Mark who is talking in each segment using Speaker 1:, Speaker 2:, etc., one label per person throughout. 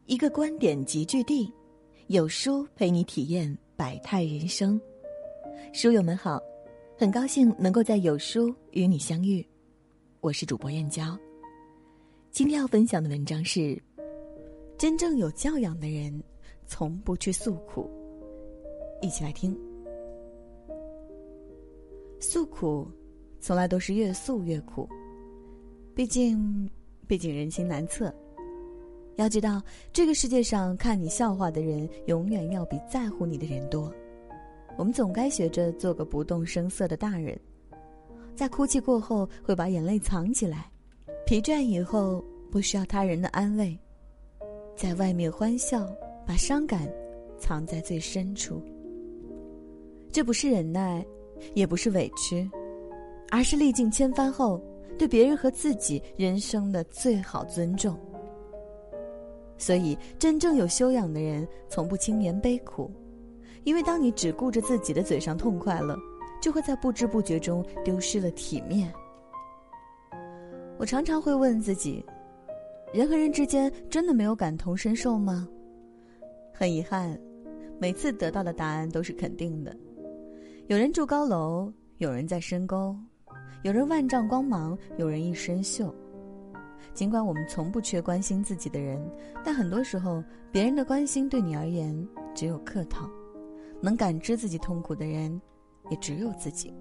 Speaker 1: 一个观点集聚地，有书陪你体验百态人生。书友们好，很高兴能够在有书与你相遇，我是主播燕娇。今天要分享的文章是：真正有教养的人从不去诉苦。一起来听。诉苦从来都是越诉越苦，毕竟人心难测。要知道，这个世界上看你笑话的人永远要比在乎你的人多。我们总该学着做个不动声色的大人，在哭泣过后会把眼泪藏起来，疲倦以后不需要他人的安慰，在外面欢笑，把伤感藏在最深处。这不是忍耐，也不是委屈，而是历尽千帆后对别人和自己人生的最好尊重。所以真正有修养的人从不轻言悲苦，因为当你只顾着自己的嘴上痛快了，就会在不知不觉中丢失了体面。我常常会问自己，人和人之间真的没有感同身受吗？很遗憾，每次得到的答案都是肯定的。有人住高楼，有人在深沟，有人万丈光芒，有人一身锈。尽管我们从不缺关心自己的人，但很多时候别人的关心对你而言只有客套，能感知自己痛苦的人也只有自己。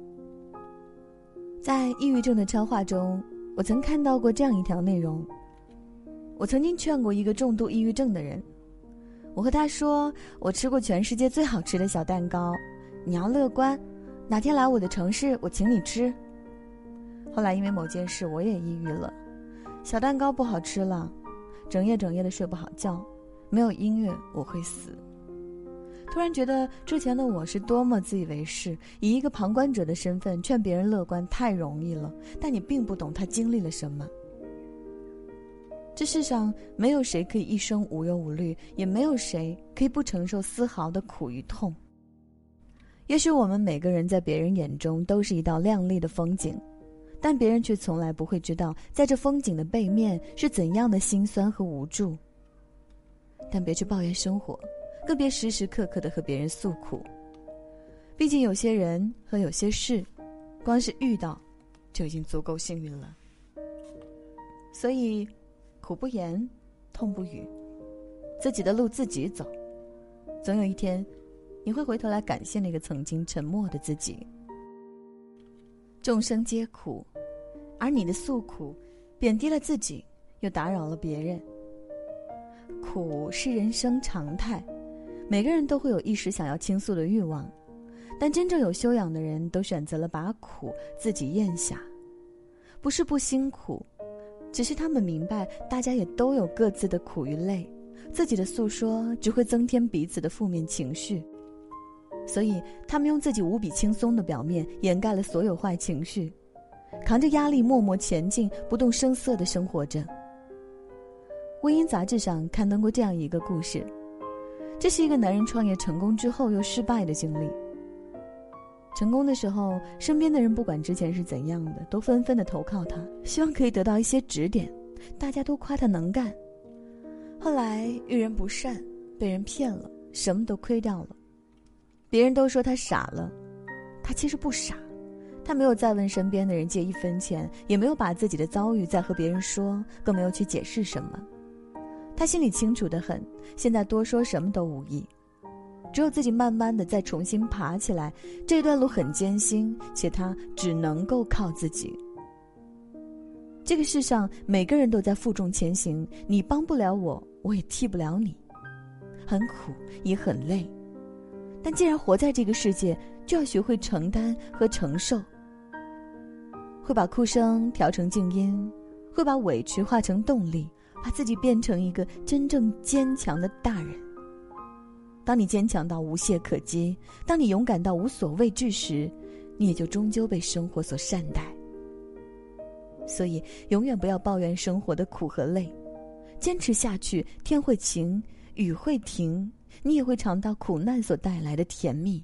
Speaker 1: 在抑郁症的超话中，我曾看到过这样一条内容。我曾经劝过一个重度抑郁症的人，我和他说，我吃过全世界最好吃的小蛋糕，你要乐观，哪天来我的城市我请你吃。后来因为某件事我也抑郁了，小蛋糕不好吃了，整夜的睡不好觉，没有音乐我会死。突然觉得之前的我是多么自以为是，以一个旁观者的身份劝别人乐观太容易了，但你并不懂他经历了什么。这世上没有谁可以一生无忧无虑，也没有谁可以不承受丝毫的苦与痛。也许我们每个人在别人眼中都是一道亮丽的风景，但别人却从来不会知道，在这风景的背面是怎样的辛酸和无助。但别去抱怨生活，更别时时刻刻地和别人诉苦。毕竟有些人和有些事，光是遇到就已经足够幸运了。所以苦不言，痛不语，自己的路自己走，总有一天你会回头来感谢那个曾经沉默的自己。众生皆苦，而你的诉苦贬低了自己，又打扰了别人。苦是人生常态，每个人都会有一时想要倾诉的欲望，但真正有修养的人都选择了把苦自己咽下。不是不辛苦，只是他们明白大家也都有各自的苦与累，自己的诉说只会增添彼此的负面情绪，所以他们用自己无比轻松的表面掩盖了所有坏情绪，扛着压力默默前进，不动声色地生活着。婚姻杂志上刊登过这样一个故事，这是一个男人创业成功之后又失败的经历。成功的时候，身边的人不管之前是怎样的，都纷纷地投靠他，希望可以得到一些指点，大家都夸他能干。后来遇人不善，被人骗了，什么都亏掉了。别人都说他傻了，他其实不傻，他没有再问身边的人借一分钱，也没有把自己的遭遇再和别人说，更没有去解释什么。他心里清楚得很，现在多说什么都无益，只有自己慢慢的再重新爬起来。这段路很艰辛，且他只能够靠自己。这个世上每个人都在负重前行，你帮不了我，我也替不了你，很苦也很累，但既然活在这个世界，就要学会承担和承受，会把哭声调成静音，会把委屈化成动力，把自己变成一个真正坚强的大人。当你坚强到无懈可击，当你勇敢到无所畏惧时，你也就终究被生活所善待。所以永远不要抱怨生活的苦和累，坚持下去，天会晴，雨会停，你也会尝到苦难所带来的甜蜜。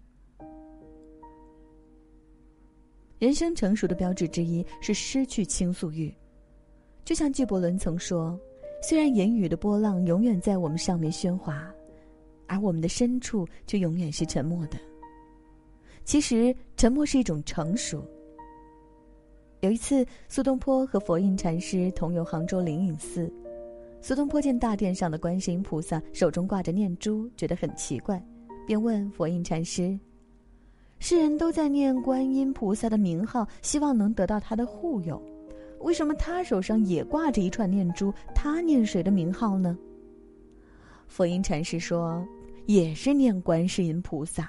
Speaker 1: 人生成熟的标志之一是失去倾诉欲。就像纪伯伦曾说， 虽然言语的波浪永远在我们上面喧哗，而我们的深处却永远是沉默的。其实沉默是一种成熟。有一次，苏东坡和佛印禅师同游杭州灵隐寺，苏东坡见大殿上的观世音菩萨手中挂着念珠，觉得很奇怪，便问佛印禅师：世人都在念观音菩萨的名号，希望能得到他的护佑，为什么他手上也挂着一串念珠，他念谁的名号呢？佛印禅师说：也是念观世音菩萨。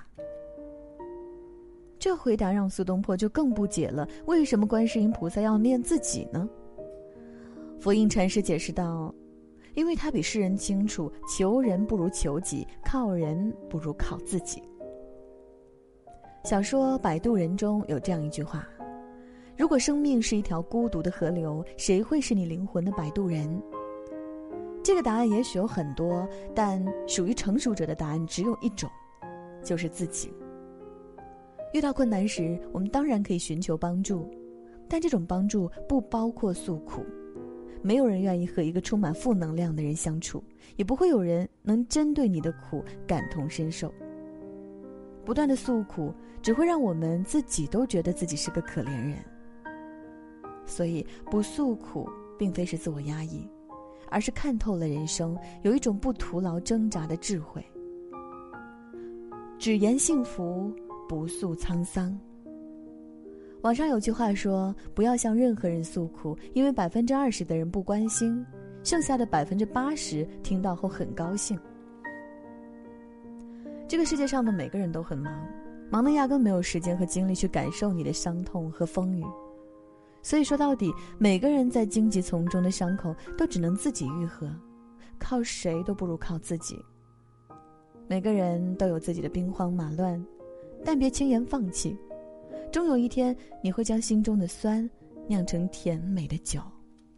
Speaker 1: 这回答让苏东坡就更不解了，为什么观世音菩萨要念自己呢？佛印禅师解释道：因为他比世人清楚，求人不如求己，靠人不如靠自己。小说《摆渡人》中有这样一句话：如果生命是一条孤独的河流，谁会是你灵魂的摆渡人？这个答案也许有很多，但属于成熟者的答案只有一种，就是自己。遇到困难时，我们当然可以寻求帮助，但这种帮助不包括诉苦。没有人愿意和一个充满负能量的人相处，也不会有人能针对你的苦感同身受。不断的诉苦只会让我们自己都觉得自己是个可怜人。所以不诉苦并非是自我压抑，而是看透了人生，有一种不徒劳挣扎的智慧。只言幸福，不诉沧桑。网上有句话说，不要向任何人诉苦，因为20%的人不关心，剩下的80%听到后很高兴。这个世界上的每个人都很忙，忙得压根没有时间和精力去感受你的伤痛和风雨。所以说到底，每个人在荆棘丛中的伤口都只能自己愈合，靠谁都不如靠自己。每个人都有自己的兵荒马乱，但别轻言放弃，终有一天你会将心中的酸酿成甜美的酒。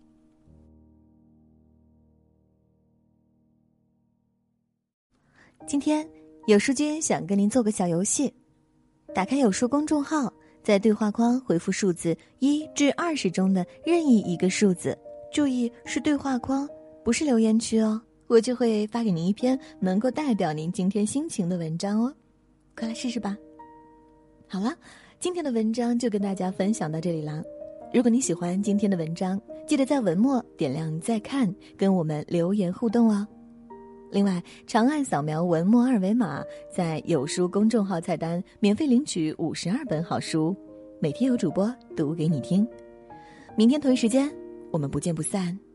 Speaker 2: 今天有书君想跟您做个小游戏，打开有书公众号，在对话框回复数字1至20中的任意一个数字，注意是对话框，不是留言区哦，我就会发给您一篇能够代表您今天心情的文章哦，快来试试吧。好了，今天的文章就跟大家分享到这里啦。如果你喜欢今天的文章，记得在文末点亮再看，跟我们留言互动哦。另外，长按扫描文末二维码，在有书公众号菜单免费领取52本好书，每天有主播读给你听。明天同一时间，我们不见不散。